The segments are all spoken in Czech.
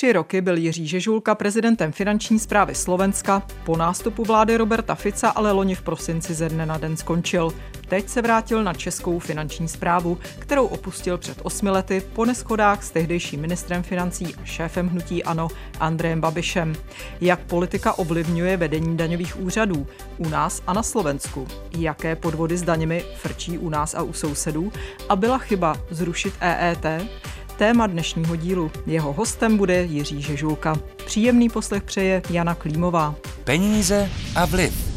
3 roky byl Jiří Žežulka prezidentem finanční správy Slovenska, po nástupu vlády Roberta Fica ale loni v prosinci ze dne na den skončil. Teď se vrátil na českou finanční správu, kterou opustil před 8 lety po neshodách s tehdejším ministrem financí a šéfem hnutí ANO Andrejem Babišem. Jak politika ovlivňuje vedení daňových úřadů u nás a na Slovensku? Jaké podvody s daněmi frčí u nás a u sousedů? A byla chyba zrušit EET? Téma dnešního dílu. Jeho hostem bude Jiří Žežulka. Příjemný poslech přeje Jana Klímová. Peníze a vliv.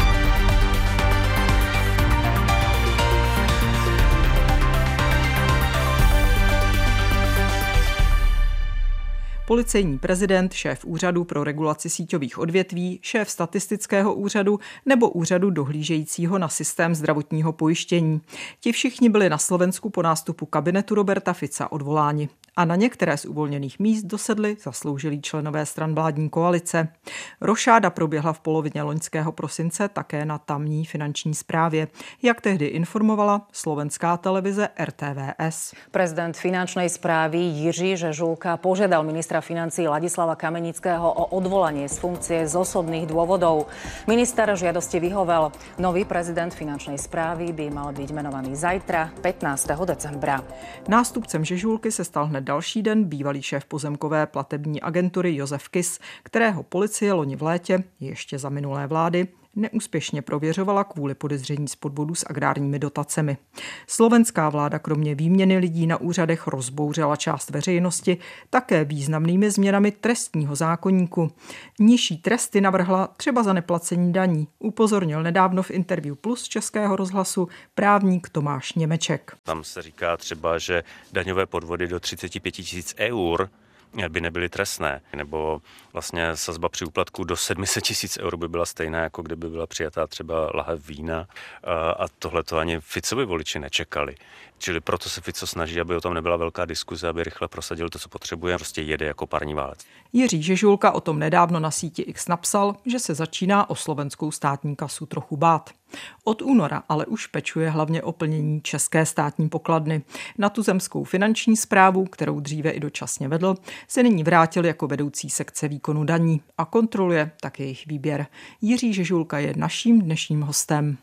Policejní prezident, šéf úřadu pro regulaci síťových odvětví, šéf statistického úřadu nebo úřadu dohlížejícího na systém zdravotního pojištění. Ti všichni byli na Slovensku po nástupu kabinetu Roberta Fica odvoláni. A na některé z uvolněných míst dosedli zasloužilí členové stran vládní koalice. Rošáda proběhla v polovině loňského prosince také na tamní finanční správě, jak tehdy informovala slovenská televize RTVS. Prezident finančnej správy Jiří Žežulka požiadal ministra financí Ladislava Kamenického o odvolanie z funkcie z osobných dôvodov. Minister žiadosti vyhovel. Nový prezident finančnej správy by mal byť menovaný zajtra, 15. decembra. Nástupcem Žežulky se stal hned další den bývalý šéf pozemkové platební agentury Josef Kys, kterého policie loni v létě, ještě za minulé vlády, neúspěšně prověřovala kvůli podezření z podvodů s agrárními dotacemi. Slovenská vláda kromě výměny lidí na úřadech rozbouřila část veřejnosti také významnými změnami trestního zákoníku. Nižší tresty navrhla třeba za neplacení daní, upozornil nedávno v Interview Plus Českého rozhlasu právník Tomáš Němeček. Tam se říká třeba, že daňové podvody do 35 000 eur by nebyly trestné, nebo vlastně sazba při úplatku do 700 000 eur by byla stejná, jako kdyby byla přijatá třeba lahev vína, a tohle to ani Ficovi voliči nečekali. Čili proto se Fico snaží, aby o tom nebyla velká diskuze, aby rychle prosadil to, co potřebuje, prostě jede jako parní válec. Jiří Žežulka o tom nedávno na síti X napsal, že se začíná o slovenskou státní kasu trochu bát. Od února ale už pečuje hlavně o plnění české státní pokladny. Na tuzemskou finanční správu, kterou dříve i dočasně vedl, se nyní vrátil jako vedoucí sekce výkonu daní a kontroluje tak jejich výběr. Jiří Žežulka je naším dnešním hostem.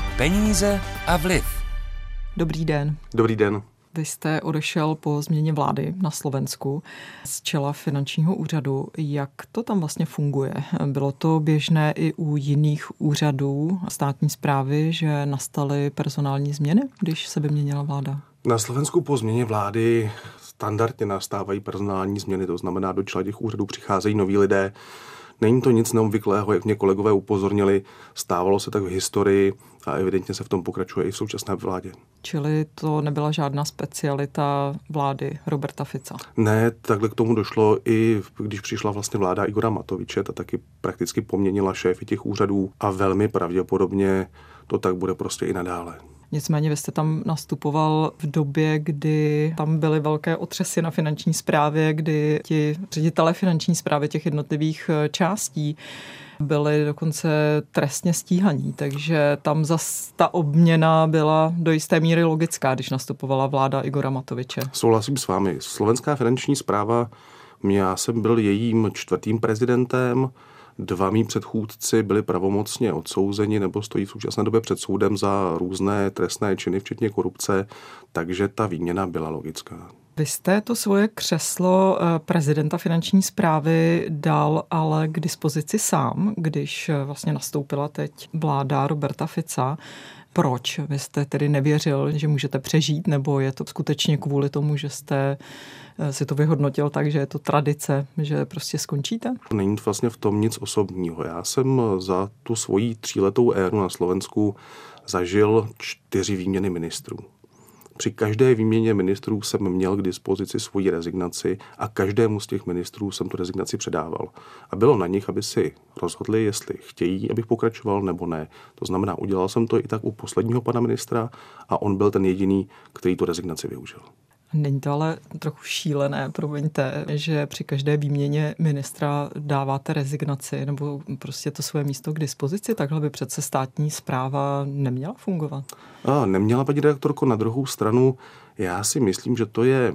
Peníze a vliv. Dobrý den. Dobrý den. Vy jste odešel po změně vlády na Slovensku z čela finančního úřadu. Jak to tam vlastně funguje? Bylo to běžné i u jiných úřadů státní správy, že nastaly personální změny, když se vyměnila vláda? Na Slovensku po změně vlády standardně nastávají personální změny, to znamená, do čela těch úřadů přicházejí noví lidé. Není to nic neobvyklého, jak mě kolegové upozornili, stávalo se tak v historii a evidentně se v tom pokračuje i v současné vládě. Čili to nebyla žádná specialita vlády Roberta Fica? Ne, takhle k tomu došlo i když přišla vlastně vláda Igora Matoviče, ta taky prakticky poměnila šéfy těch úřadů a velmi pravděpodobně to tak bude prostě i nadále. Nicméně vy jste tam nastupoval v době, kdy tam byly velké otřesy na finanční správě, kdy ti ředitelé finanční správy těch jednotlivých částí byli dokonce trestně stíhaní, takže tam zase ta obměna byla do jisté míry logická, když nastupovala vláda Igora Matoviče. Souhlasím s vámi. Slovenská finanční správa, já jsem byl jejím 4. prezidentem, 2 mí předchůdci byli pravomocně odsouzeni nebo stojí v současné době před soudem za různé trestné činy, včetně korupce, takže ta výměna byla logická. Vy jste to svoje křeslo prezidenta finanční správy dal ale k dispozici sám, když vlastně nastoupila teď vláda Roberta Fica. Proč? Vy jste tedy nevěřil, že můžete přežít, nebo je to skutečně kvůli tomu, že jste si to vyhodnotil tak, že je to tradice, že prostě skončíte? Není to vlastně v tom nic osobního. Já jsem za tu svoji 3letou éru na Slovensku zažil 4 výměny ministrů. Při každé výměně ministrů jsem měl k dispozici svoji rezignaci a každému z těch ministrů jsem tu rezignaci předával. A bylo na nich, aby si rozhodli, jestli chtějí, abych pokračoval nebo ne. To znamená, udělal jsem to i tak u posledního pana ministra a on byl ten jediný, který tu rezignaci využil. Není to ale trochu šílené, promiňte, že při každé výměně ministra dáváte rezignaci nebo prostě to své místo k dispozici? Takhle by přece státní správa neměla fungovat. Neměla, paní redaktorko, na druhou stranu. Já si myslím, že to je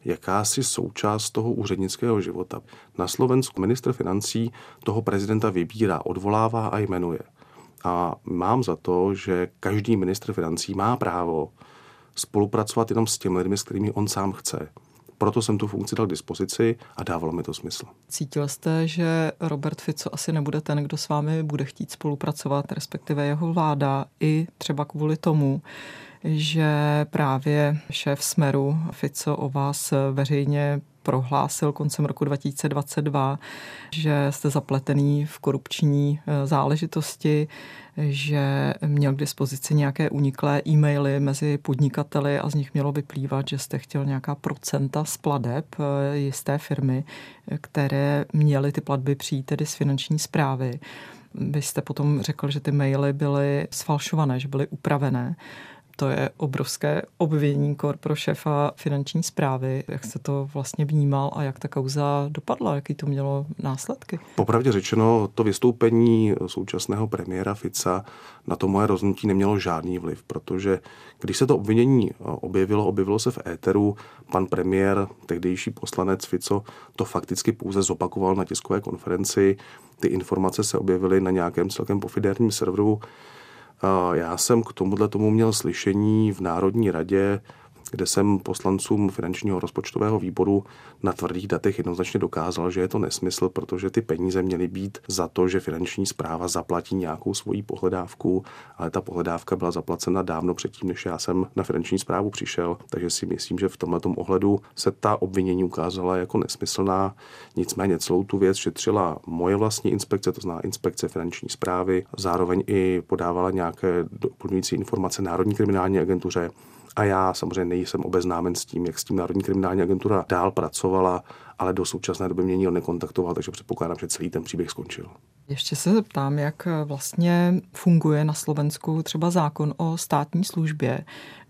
jakási součást toho úřednického života. Na Slovensku ministr financí toho prezidenta vybírá, odvolává a jmenuje. A mám za to, že každý ministr financí má právo spolupracovat jenom s těmi lidmi, s kterými on sám chce. Proto jsem tu funkci dal k dispozici a dávalo mi to smysl. Cítil jste, že Robert Fico asi nebude ten, kdo s vámi bude chtít spolupracovat, respektive jeho vláda, i třeba kvůli tomu, že právě šéf Smeru Fico o vás veřejně prohlásil koncem roku 2022, že jste zapletený v korupční záležitosti, že měl k dispozici nějaké uniklé e-maily mezi podnikateli a z nich mělo vyplývat, že jste chtěl nějaká procenta z plateb jisté firmy, které měly ty platby přijít tedy z finanční správy. Vy jste potom řekl, že ty maily byly sfalšované, že byly upravené. To je obrovské obvinění pro šéfa finanční správy. Jak jste to vlastně vnímal a jak ta kauza dopadla? Jaký to mělo následky? Popravdě řečeno, to vystoupení současného premiéra Fica na to moje rozhodnutí nemělo žádný vliv, protože když se to obvinění objevilo se v éteru, pan premiér, tehdejší poslanec Fico, to fakticky pouze zopakoval na tiskové konferenci. Ty informace se objevily na nějakém celkem pofidérním serveru. Já jsem k tomu měl slyšení v Národní radě, kde jsem poslancům finančního rozpočtového výboru na tvrdých datech jednoznačně dokázal, že je to nesmysl, protože ty peníze měly být za to, že finanční správa zaplatí nějakou svoji pohledávku, ale ta pohledávka byla zaplacena dávno předtím, než já jsem na finanční správu přišel, takže si myslím, že v tomhletom ohledu se ta obvinění ukázala jako nesmyslná. Nicméně celou tu věc šetřila moje vlastní inspekce, to znamená inspekce finanční správy, zároveň i podávala nějaké doplňující informace Národní kriminální agentuře. A já samozřejmě nejsem obeznámen s tím, jak s tím Národní kriminální agentura dál pracovala, ale do současné doby mě nikdo nekontaktoval, takže předpokládám, že celý ten příběh skončil. Ještě se zeptám, jak vlastně funguje na Slovensku třeba zákon o státní službě,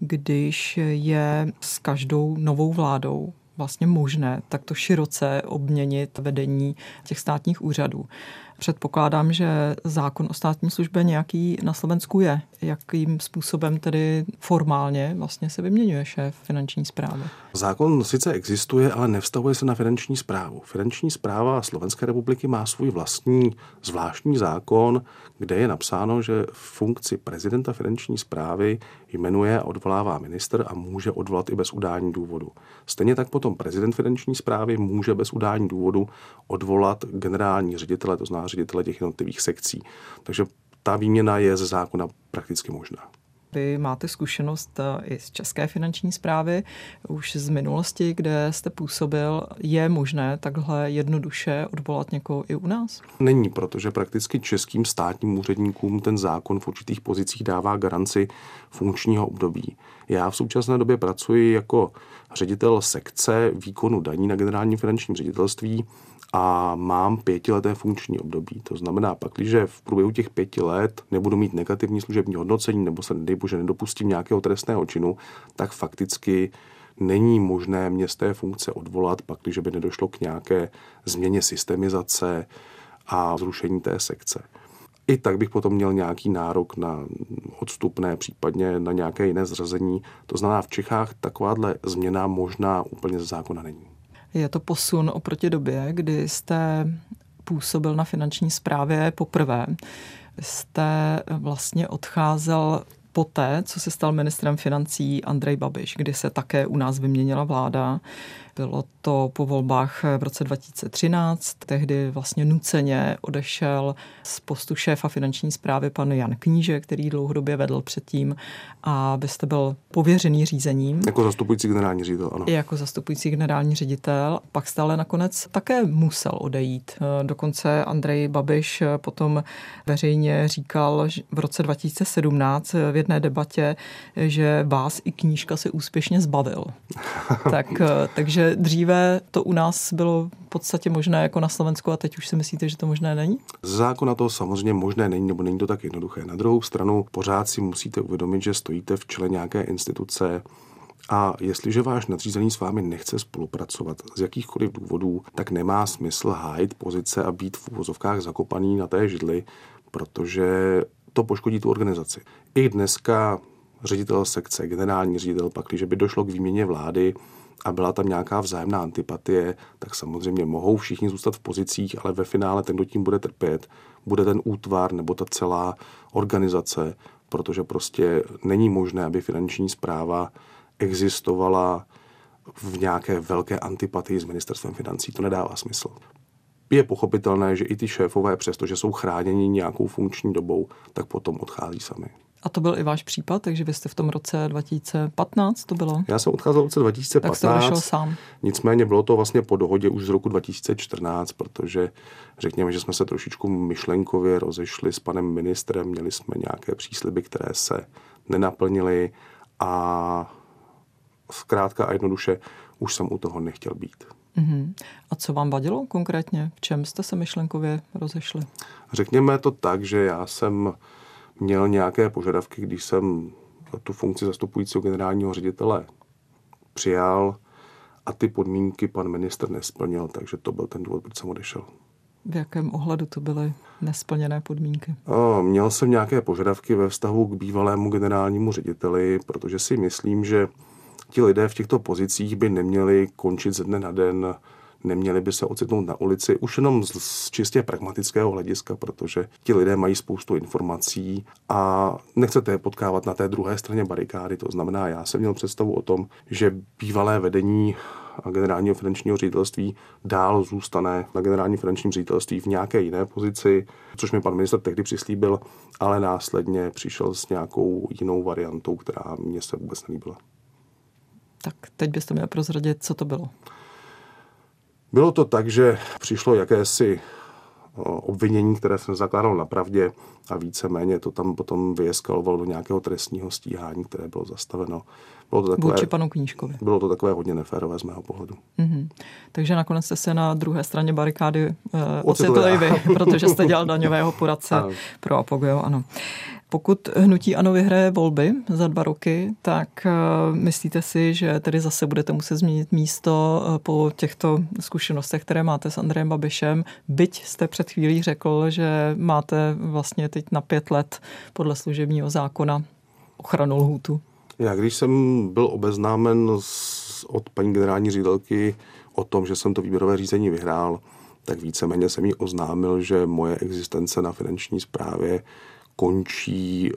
když je s každou novou vládou vlastně možné takto široce obměnit vedení těch státních úřadů. Předpokládám, že zákon o státní službě nějaký na Slovensku je. Jakým způsobem tedy formálně vlastně se vyměňuje šéf finanční správy? Zákon sice existuje, ale nevztahuje se na finanční správu. Finanční správa Slovenské republiky má svůj vlastní zvláštní zákon, kde je napsáno, že funkci prezidenta finanční správy jmenuje a odvolává ministr a může odvolat i bez udání důvodu. Stejně tak potom prezident finanční správy může bez udání důvodu odvolat generální ředitele, to znamená ředitele těch jednotlivých sekcí. Takže ta výměna je ze zákona prakticky možná. Vy máte zkušenost i z české finanční správy, už z minulosti, kde jste působil. Je možné takhle jednoduše odvolat někoho i u nás? Není, protože prakticky českým státním úředníkům ten zákon v určitých pozicích dává garanci funkčního období. Já v současné době pracuji jako ředitel sekce výkonu daní na generálním finančním ředitelství a mám 5leté funkční období. To znamená, pakliže v průběhu těch 5 let nebudu mít negativní služební hodnocení nebo se, nedej bože, nedopustím nějakého trestného činu, tak fakticky není možné mě z té funkce odvolat, pakliže by nedošlo k nějaké změně systemizace a zrušení té sekce. I tak bych potom měl nějaký nárok na odstupné, případně na nějaké jiné zřazení. To znamená, v Čechách takováhle změna možná úplně ze zákona není. Je to posun oproti době, kdy jste působil na finanční správě poprvé. Jste vlastně odcházel poté, co se stal ministrem financí Andrej Babiš, kdy se také u nás vyměnila vláda. Bylo to po volbách v roce 2013, tehdy vlastně nuceně odešel z postu šéfa finanční správy pan Jan Kníže, který dlouhodobě vedl předtím, a vy jste byl pověřený řízením. Jako zastupující generální ředitel, ano. Jako zastupující generální ředitel. Pak jste ale nakonec také musel odejít. Dokonce Andrej Babiš potom veřejně říkal v roce 2017 v jedné debatě, že vás i Knížka se úspěšně zbavil. Takže dříve to u nás bylo v podstatě možné jako na Slovensku a teď už si myslíte, že to možné není? Z zákona to samozřejmě možné není, nebo není to tak jednoduché. Na druhou stranu pořád si musíte uvědomit, že stojíte v čele nějaké instituce a jestliže váš nadřízený s vámi nechce spolupracovat z jakýchkoliv důvodů, tak nemá smysl hájit pozice a být v uvozovkách zakopaný na té židli, protože to poškodí tu organizaci. I dneska ředitel sekce, generální ředitel, pak, když by došlo k výměně vlády a byla tam nějaká vzájemná antipatie, tak samozřejmě mohou všichni zůstat v pozicích, ale ve finále ten, kdo tím bude trpět, bude ten útvar nebo ta celá organizace, protože prostě není možné, aby finanční správa existovala v nějaké velké antipatii s ministerstvem financí. To nedává smysl. Je pochopitelné, že i ty šéfové, přestože jsou chráněni nějakou funkční dobou, tak potom odchází sami. A to byl i váš případ, takže vy jste v tom roce 2015 to bylo? Já jsem odcházel v roce 2015. Tak jste odešel sám. Nicméně bylo to vlastně po dohodě už z roku 2014, protože řekněme, že jsme se trošičku myšlenkově rozešli s panem ministrem, měli jsme nějaké přísliby, které se nenaplnily a zkrátka a jednoduše už jsem u toho nechtěl být. Uhum. A co vám vadilo konkrétně? V čem jste se myšlenkově rozešli? Řekněme to tak, že já jsem měl nějaké požadavky, když jsem tu funkci zastupujícího generálního ředitele přijal a ty podmínky pan ministr nesplnil, takže to byl ten důvod, proč jsem odešel. V jakém ohledu to byly nesplněné podmínky? Měl jsem nějaké požadavky ve vztahu k bývalému generálnímu řediteli, protože si myslím, že ti lidé v těchto pozicích by neměli končit ze dne na den, neměli by se ocitnout na ulici, už jenom z čistě pragmatického hlediska, protože ti lidé mají spoustu informací a nechcete je potkávat na té druhé straně barikády. To znamená, já jsem měl představu o tom, že bývalé vedení generálního finančního ředitelství dál zůstane na generálním finančním ředitelství v nějaké jiné pozici, což mi pan ministr tehdy přislíbil, ale následně přišel s nějakou jinou variantou, která mně se vůbec nelíbila. Tak teď byste měl prozradit, co to bylo. Bylo to tak, že přišlo jakési obvinění, které jsem zakládal na pravdě a víceméně to tam potom vyeskalovalo do nějakého trestního stíhání, které bylo zastaveno. Bylo to takové, vůči panu Knížkovi. Bylo to takové hodně neférové z mého pohledu. Mm-hmm. Takže nakonec jste se na druhé straně barikády ocitli i vy, protože jste dělal daňového poradce pro Apogeo, ano. Pokud hnutí ANO vyhraje volby za 2 roky, tak myslíte si, že tedy zase budete muset změnit místo po těchto zkušenostech, které máte s Andrejem Babišem? Byť jste před chvílí řekl, že máte vlastně teď na 5 let podle služebního zákona ochranu lhůtu. Já když jsem byl obeznámen od paní generální ředitelky o tom, že jsem to výběrové řízení vyhrál, tak víceméně jsem jí oznámil, že moje existence na finanční správě končí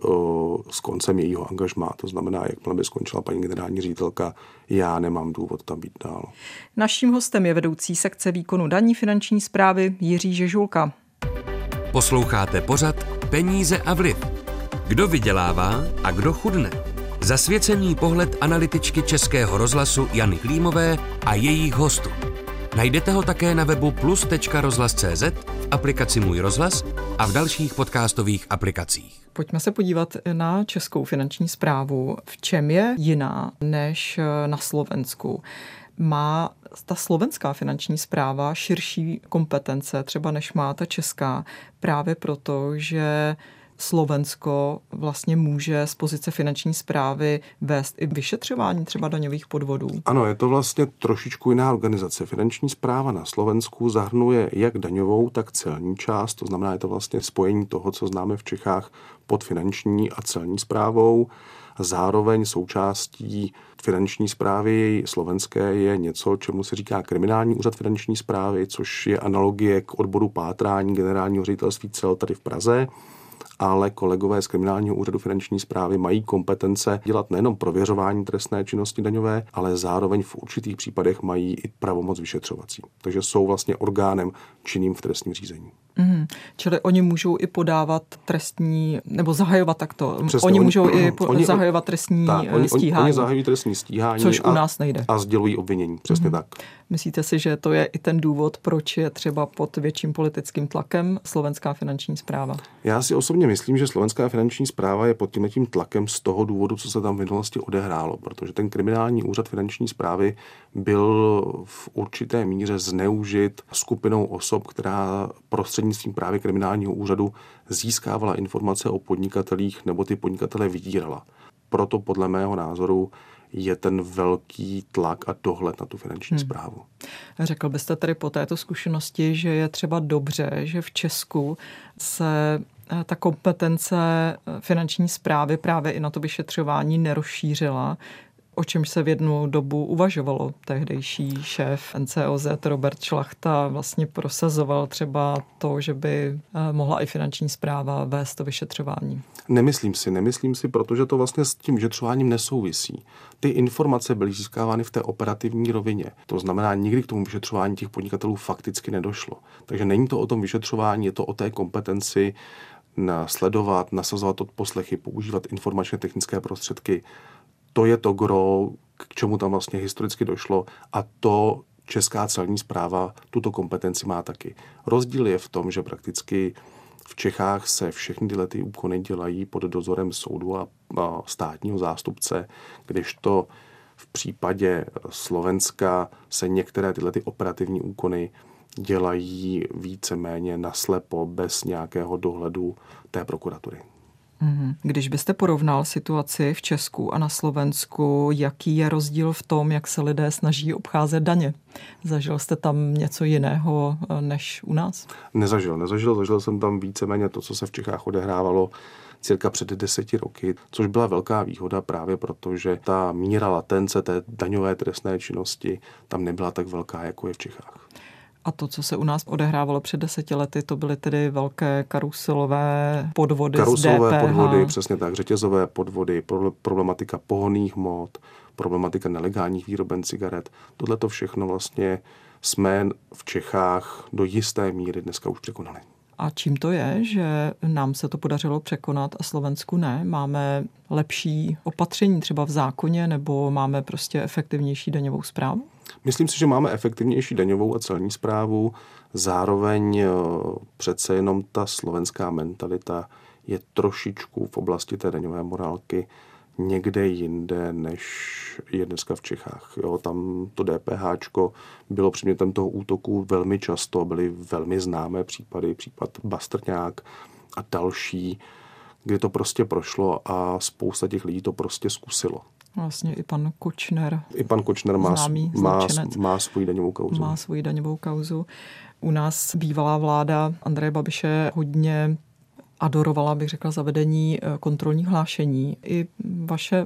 s koncem jejího angažmá. To znamená, jakmile by skončila paní generální ředitelka, já nemám důvod tam být dál. Naším hostem je vedoucí sekce výkonu daní finanční správy Jiří Žežulka. Posloucháte pořad Peníze a vliv. Kdo vydělává a kdo chudne? Zasvěcený pohled analytičky Českého rozhlasu Jany Klímové a jejích hostů. Najdete ho také na webu plus.rozhlas.cz, v aplikaci Můj rozhlas a v dalších podcastových aplikacích. Pojďme se podívat na Českou finanční správu. V čem je jiná než na Slovensku? Má ta slovenská finanční správa širší kompetence, třeba než má ta česká, právě proto, že Slovensko vlastně může z pozice finanční správy vést i vyšetřování třeba daňových podvodů? Ano, je to vlastně trošičku jiná organizace. Finanční správa na Slovensku zahrnuje jak daňovou, tak celní část. To znamená, je to vlastně spojení toho, co známe v Čechách pod finanční a celní správou. Zároveň součástí finanční správy slovenské je něco, čemu se říká kriminální úřad finanční správy, což je analogie k odboru pátrání generálního ředitelství cel tady v Praze. Ale kolegové z kriminálního úřadu finanční správy mají kompetence dělat nejenom prověřování trestné činnosti daňové, ale zároveň v určitých případech mají i pravomoc vyšetřovací. Takže jsou vlastně orgánem činným v trestním řízení. Čili oni můžou i podávat trestní, nebo zahajovat takto. Přesně, oni můžou i zahajovat trestní stíhání. Oni zahajují trestní stíhání. Což u nás nejde. A sdělují obvinění. Přesně tak. Myslíte si, že to je i ten důvod, proč je třeba pod větším politickým tlakem slovenská finanční správa? Já si osobně myslím, že slovenská finanční správa je pod tím tlakem z toho důvodu, co se tam v minulosti odehrálo, protože ten kriminální úřad finanční správy byl v určité míře zneužit skupinou osob, která prostřednictvím právě kriminálního úřadu získávala informace o podnikatelích nebo ty podnikatele vydírala. Proto podle mého názoru je ten velký tlak a dohled na tu finanční správu. Řekl byste tedy po této zkušenosti, že je třeba dobře, že v Česku se ta kompetence finanční správy právě i na to vyšetřování nerozšířila, o čemž se v jednu dobu uvažovalo. Tehdejší šéf NCOZ Robert Šlachta vlastně prosazoval třeba to, že by mohla i finanční správa vést to vyšetřování. Nemyslím si, protože to vlastně s tím vyšetřováním nesouvisí. Ty informace byly získávány v té operativní rovině. To znamená, nikdy k tomu vyšetřování těch podnikatelů fakticky nedošlo. Takže není to o tom vyšetřování, je to o té kompetenci sledovat, nasazovat odposlechy, používat informačně technické prostředky. To je to gro, k čemu tam vlastně historicky došlo, a to Česká celní správa tuto kompetenci má taky. Rozdíl je v tom, že prakticky v Čechách se všechny tyhle ty úkony dělají pod dozorem soudu a státního zástupce, kdežto v případě Slovenska se některé tyhle ty operativní úkony dělají víceméně naslepo, bez nějakého dohledu té prokuratury. Když byste porovnal situaci v Česku a na Slovensku, jaký je rozdíl v tom, jak se lidé snaží obcházet daně? Zažil jste tam něco jiného než u nás? Zažil jsem tam víceméně to, co se v Čechách odehrávalo cirka před 10 roky, což byla velká výhoda právě proto, že ta míra latence té daňové trestné činnosti tam nebyla tak velká, jako je v Čechách. A to, co se u nás odehrávalo před 10 lety, to byly tedy velké karuselové podvody z DPH. Podvody, přesně tak, řetězové podvody, problematika pohonných hmot, problematika nelegálních výroben cigaret. Tohle to všechno vlastně jsme v Čechách do jisté míry dneska už překonali. A čím to je, že nám se to podařilo překonat a Slovensku ne? Máme lepší opatření třeba v zákoně nebo máme prostě efektivnější daňovou správu? Myslím si, že máme efektivnější daňovou a celní správu, zároveň přece jenom ta slovenská mentalita je trošičku v oblasti té daňové morálky někde jinde, než je dneska v Čechách. Jo, tam to DPHčko bylo předmětem toho útoku velmi často, byly velmi známé případy, případ Bastrňák a další, kdy to prostě prošlo a spousta těch lidí to prostě zkusilo. Vlastně i pan Kočner. Má svou daňovou kauzu. Má svou daňovou kauzu. U nás bývalá vláda Andreje Babiše hodně adorovala, bych řekla, zavedení kontrolních hlášení. I vaše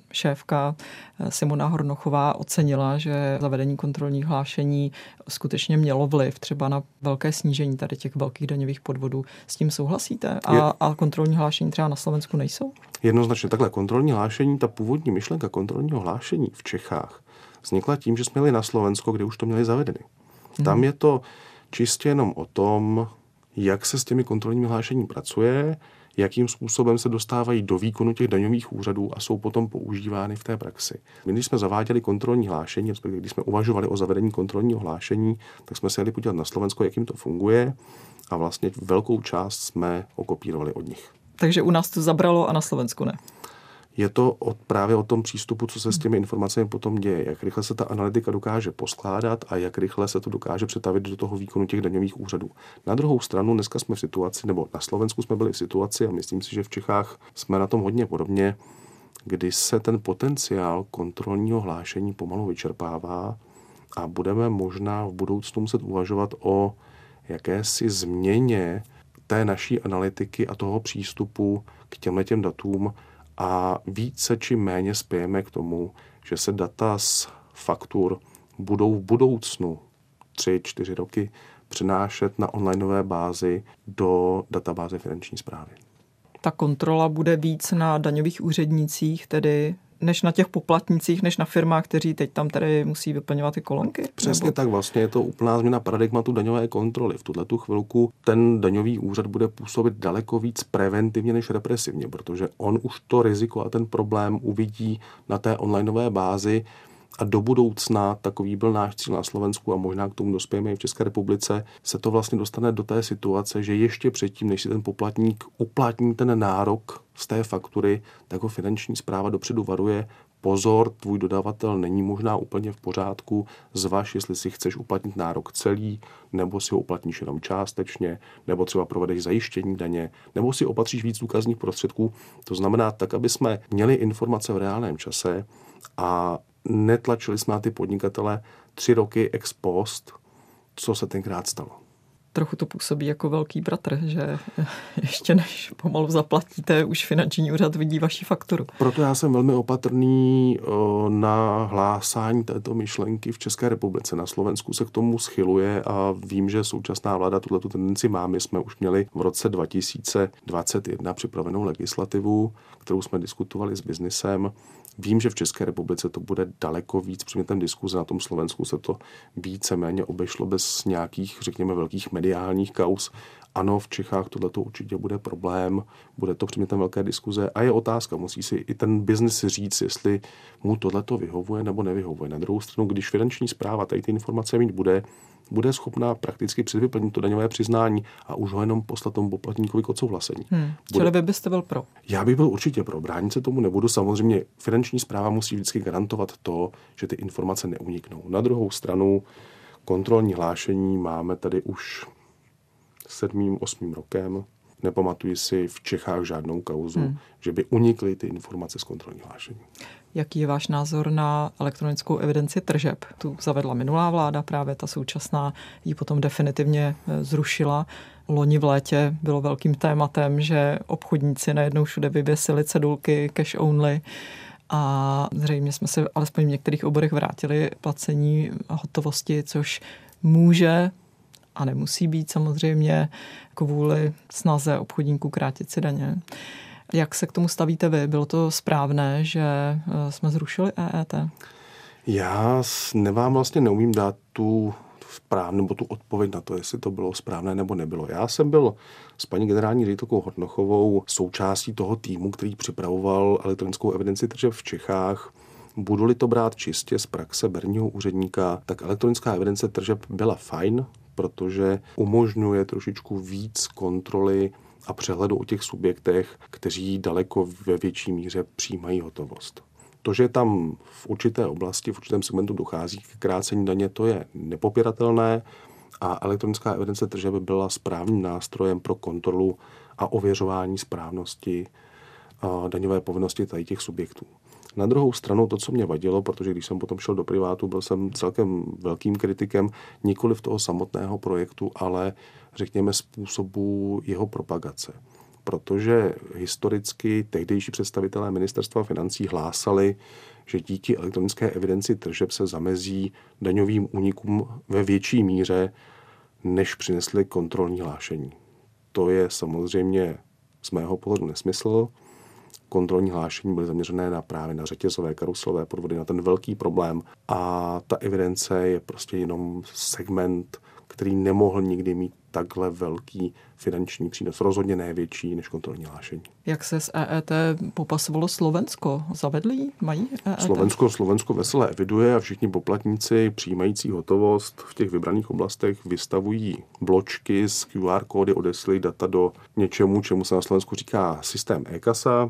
šéfka Simona Hornochová ocenila, že zavedení kontrolních hlášení skutečně mělo vliv třeba na velké snížení tady těch velkých daňových podvodů. S tím souhlasíte? A kontrolní hlášení třeba na Slovensku nejsou? Jednoznačně takhle. Kontrolní hlášení, ta původní myšlenka kontrolního hlášení v Čechách vznikla tím, že jsme jeli na Slovensko, kde už to měli zavedeny. Tam je to čistě jenom o tom, jak se s těmi kontrolními hlášením pracuje, jakým způsobem se dostávají do výkonu těch daňových úřadů a jsou potom používány v té praxi. My, když jsme zaváděli kontrolní hlášení, respektive když jsme uvažovali o zavedení kontrolního hlášení, tak jsme se jeli podívat na Slovensko, jak jim to funguje, a vlastně velkou část jsme okopírovali od nich. Takže u nás to zabralo a na Slovensku ne? Je to právě o tom přístupu, co se s těmi informacemi potom děje, jak rychle se ta analytika dokáže poskládat a jak rychle se to dokáže přetavit do toho výkonu těch daňových úřadů. Na druhou stranu dneska jsme v situaci, nebo na Slovensku jsme byli v situaci, a myslím si, že v Čechách jsme na tom hodně podobně, kdy se ten potenciál kontrolního hlášení pomalu vyčerpává a budeme možná v budoucnu muset uvažovat o jakési změně té naší analytiky a toho přístupu k těmhletěm datům, a více či méně spějeme k tomu, že se data z faktur budou v budoucnu 3-4 roky přenášet na onlineové bázi do databáze finanční správy. Ta kontrola bude víc na daňových úřednících, tedy než na těch poplatnících, než na firmách, kteří teď tam tedy musí vyplňovat ty kolonky? Přesně tak, vlastně je to úplná změna paradigmatu daňové kontroly. V tuhletu chvilku ten daňový úřad bude působit daleko víc preventivně než represivně, protože on už to riziko a ten problém uvidí na té onlineové bázi a do budoucna, takový byl náš cíl na Slovensku a možná k tomu dospějeme i v České republice, se to vlastně dostane do té situace, že ještě předtím, než si ten poplatník uplatní ten nárok z té faktury, tak ho finanční správa dopředu varuje: pozor, tvůj dodavatel není možná úplně v pořádku, zvaž, jestli si chceš uplatnit nárok celý, nebo si ho uplatníš jenom částečně, nebo třeba provedeš zajištění daně, nebo si opatříš víc důkazních prostředků. To znamená tak, aby jsme měli informace v reálném čase a netlačili jsme na ty podnikatele 3 roky ex post, co se tenkrát stalo. Trochu to působí jako velký bratr, že ještě než pomalu zaplatíte, už finanční úřad vidí vaši fakturu. Proto já jsem velmi opatrný na hlásání této myšlenky v České republice. Na Slovensku se k tomu schyluje a vím, že současná vláda tuhletu tendenci má. My jsme už měli v roce 2021 připravenou legislativu, kterou jsme diskutovali s biznisem. Vím, že v České republice to bude daleko víc předmětem diskuze, na tom Slovensku se to víceméně obešlo bez nějakých, řekněme, velkých mediálních kauz. Ano, v Čechách tohleto určitě bude problém, bude to předmětem velké diskuze a je otázka, musí si i ten biznis říct, jestli mu tohleto vyhovuje nebo nevyhovuje. Na druhou stranu, když finanční správa tady ty informace mít bude schopná prakticky předvyplnit to daňové přiznání a už ho jenom poslat tomu poplatníkovi k odsouhlasení. Čili vy byste byl pro? Já bych byl určitě pro. Bránit se tomu nebudu. Samozřejmě finanční správa musí vždycky garantovat to, že ty informace neuniknou. Na druhou stranu kontrolní hlášení máme tady už 7., 8. rokem. Nepamatuji si v Čechách žádnou kauzu, že by unikly ty informace z kontrolní hlášení. Jaký je váš názor na elektronickou evidenci tržeb? Tu zavedla minulá vláda, právě ta současná ji potom definitivně zrušila. Loni v létě bylo velkým tématem, že obchodníci najednou všude vyvěsili cedulky cash only a zřejmě jsme se alespoň v některých oborech vrátili placení hotovosti, což může a nemusí být samozřejmě kvůli snaze obchodníků krátit si daně. Jak se k tomu stavíte vy? Bylo to správné, že jsme zrušili EET? Já vám vlastně neumím dát tu správnou nebo tu odpověď na to, jestli to bylo správné nebo nebylo. Já jsem byl s paní generální ředitelkou Hornochovou součástí toho týmu, který připravoval elektronickou evidenci tržeb v Čechách. Budu-li to brát čistě z praxe berního úředníka, tak elektronická evidence tržeb byla fajn, protože umožňuje trošičku víc kontroly a přehledu o těch subjektech, kteří daleko ve větší míře přijímají hotovost. To, že tam v určité oblasti, v určitém segmentu dochází k krácení daně, to je nepopiratelné a elektronická evidence tržeb byla správným nástrojem pro kontrolu a ověřování správnosti daňové povinnosti tady těch subjektů. Na druhou stranu to, co mě vadilo, protože když jsem potom šel do privátu, byl jsem celkem velkým kritikem nikoli v toho samotného projektu, ale řekněme způsobu jeho propagace. Protože historicky tehdejší představitelé ministerstva financí hlásali, že díky elektronické evidenci tržeb se zamezí daňovým únikům ve větší míře, než přinesly kontrolní hlášení. To je samozřejmě z mého pohledu nesmysl. Kontrolní hlášení byly zaměřené právě na řetězové karuselové podvody, na ten velký problém a ta evidence je prostě jenom segment, který nemohl nikdy mít takhle velký finanční přínos, rozhodně ne větší než kontrolní hlášení. Jak se s EET popasovalo Slovensko? Zavedli? Mají EET? Slovensko vesele eviduje a všichni poplatníci přijímající hotovost v těch vybraných oblastech vystavují bločky z QR kódy, odesílají data do něčemu, čemu se na Slovensku říká systém e-kasa.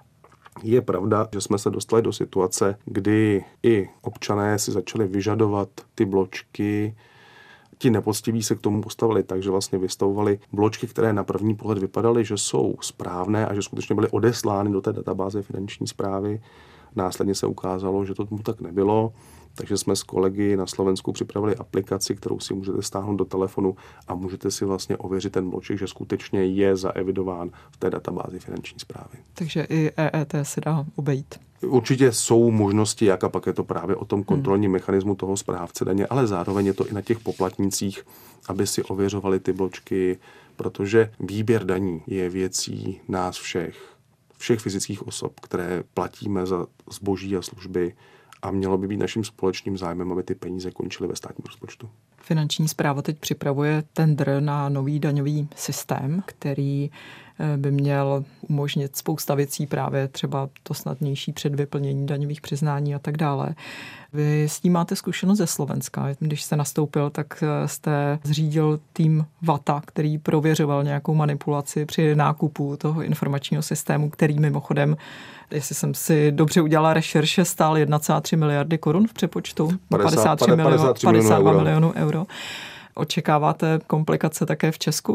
Je pravda, že jsme se dostali do situace, kdy i občané si začali vyžadovat ty bločky. Ti nepoctiví se k tomu postavili tak, že vlastně vystavovali bločky, které na první pohled vypadaly, že jsou správné a že skutečně byly odeslány do té databáze finanční správy. Následně se ukázalo, že to tomu tak nebylo, takže jsme s kolegy na Slovensku připravili aplikaci, kterou si můžete stáhnout do telefonu a můžete si vlastně ověřit ten bloček, že skutečně je zaevidován v té databázi finanční správy. Takže i EET se dá obejít. Určitě jsou možnosti, jak a pak je to právě o tom kontrolním mechanismu toho správce daně, ale zároveň je to i na těch poplatnících, aby si ověřovali ty bločky, protože výběr daní je věcí nás všech fyzických osob, které platíme za zboží a služby a mělo by být naším společným zájmem, aby ty peníze končily ve státním rozpočtu. Finanční správa teď připravuje tendr na nový daňový systém, který by měl umožnit spousta věcí, právě třeba to snadnější předvyplnění daňových přiznání a tak dále. Vy s tím máte zkušenost ze Slovenska. Když jste nastoupil, tak jste zřídil tým VATA, který prověřoval nějakou manipulaci při nákupu toho informačního systému, který mimochodem, jestli jsem si dobře udělala rešerše, stál 1,3 miliardy korun v přepočtu. 52 milionů euro. Očekáváte komplikace také v Česku?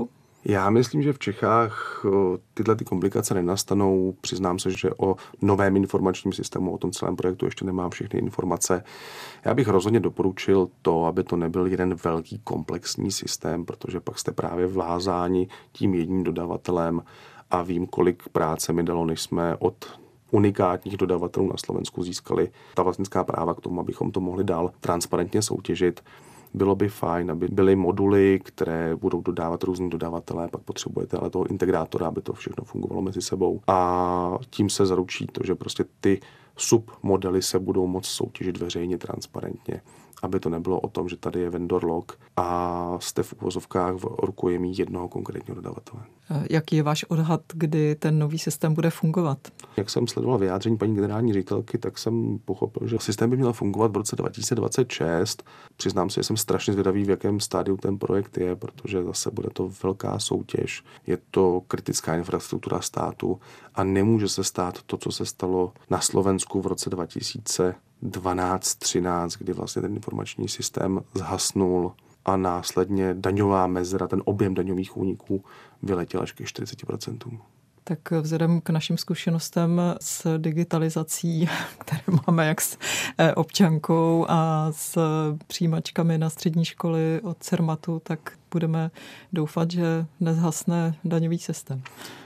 Já myslím, že v Čechách tyhle ty komplikace nenastanou. Přiznám se, že o novém informačním systému, o tom celém projektu ještě nemám všechny informace. Já bych rozhodně doporučil to, aby to nebyl jeden velký komplexní systém, protože pak jste právě vázáni tím jedním dodavatelem a vím, kolik práce mi dalo, než jsme od unikátních dodavatelů na Slovensku získali ta vlastnická práva k tomu, abychom to mohli dál transparentně soutěžit. Bylo by fajn, aby byly moduly, které budou dodávat různí dodavatelé, pak potřebujete ale toho integrátora, aby to všechno fungovalo mezi sebou. A tím se zaručí to, že prostě ty submodely se budou moct soutěžit veřejně, transparentně, aby to nebylo o tom, že tady je vendor lock a jste v uvozovkách v rukojemí jednoho konkrétního dodavatele. Jaký je váš odhad, kdy ten nový systém bude fungovat? Jak jsem sledoval vyjádření paní generální ředitelky, tak jsem pochopil, že systém by měl fungovat v roce 2026. Přiznám se, že jsem strašně zvědavý, v jakém stádiu ten projekt je, protože zase bude to velká soutěž. Je to kritická infrastruktura státu a nemůže se stát to, co se stalo na Slovensku v roce 2012-13, kdy vlastně ten informační systém zhasnul a následně daňová mezera, ten objem daňových úniků vyletěl až ke 40%. Tak vzhledem k našim zkušenostem s digitalizací, které máme jak s občankou a s přijímačkami na střední školy od Cermatu, tak budeme doufat, že nezhasne daňový systém.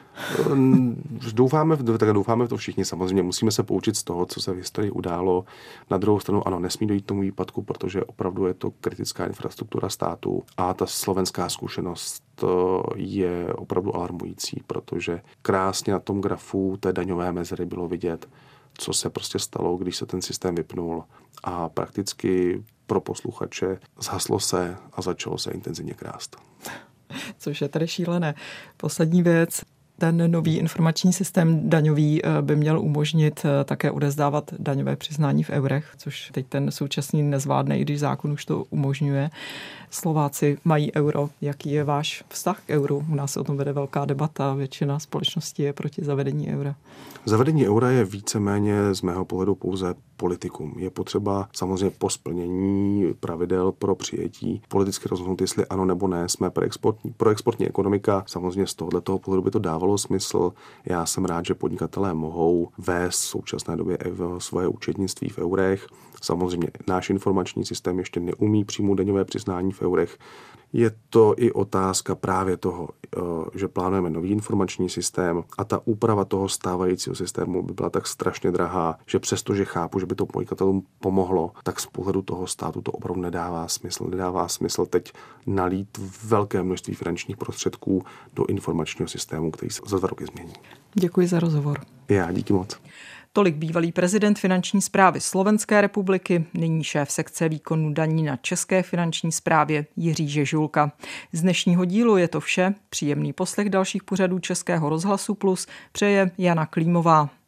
Doufáme v to všichni. Samozřejmě musíme se poučit z toho, co se v historii událo. Na druhou stranu ano, nesmí dojít k tomu výpadku, protože opravdu je to kritická infrastruktura státu a ta slovenská zkušenost je opravdu alarmující, protože krásně na tom grafu té daňové mezery bylo vidět, co se prostě stalo, když se ten systém vypnul a prakticky pro posluchače zhaslo se a začalo se intenzivně krást. Což je tady šílené. Poslední věc. Ten nový informační systém daňový by měl umožnit také odevzdávat daňové přiznání v eurech, což teď ten současný nezvládne, i když zákon už to umožňuje. Slováci mají euro. Jaký je váš vztah k euru? U nás se o tom vede velká debata, většina společnosti je proti zavedení eura. Zavedení eura je víceméně z mého pohledu pouze politikum. Je potřeba samozřejmě po splnění pravidel pro přijetí politicky rozhodnout, jestli ano nebo ne. Jsme pro exportní ekonomika. Samozřejmě z tohoto pohledu by to dávalo smysl. Já jsem rád, že podnikatelé mohou vést v současné době svoje účetnictví v eurech. Samozřejmě náš informační systém ještě neumí přijmout daňové přiznání v eurech. Je to i otázka právě toho, že plánujeme nový informační systém a ta úprava toho stávajícího systému by byla tak strašně drahá, že přestože chápu, že by to podnikatelům pomohlo, tak z pohledu toho státu to opravdu nedává smysl. Nedává smysl teď nalít velké množství finančních prostředků do informačního systému, který se za 2 roky změní. Děkuji za rozhovor. Já díky moc. Tolik bývalý prezident finanční správy Slovenské republiky, nyní šéf sekce výkonu daní na České finanční správě Jiří Žežulka. Z dnešního dílu je to vše. Příjemný poslech dalších pořadů Českého rozhlasu Plus přeje Jana Klímová.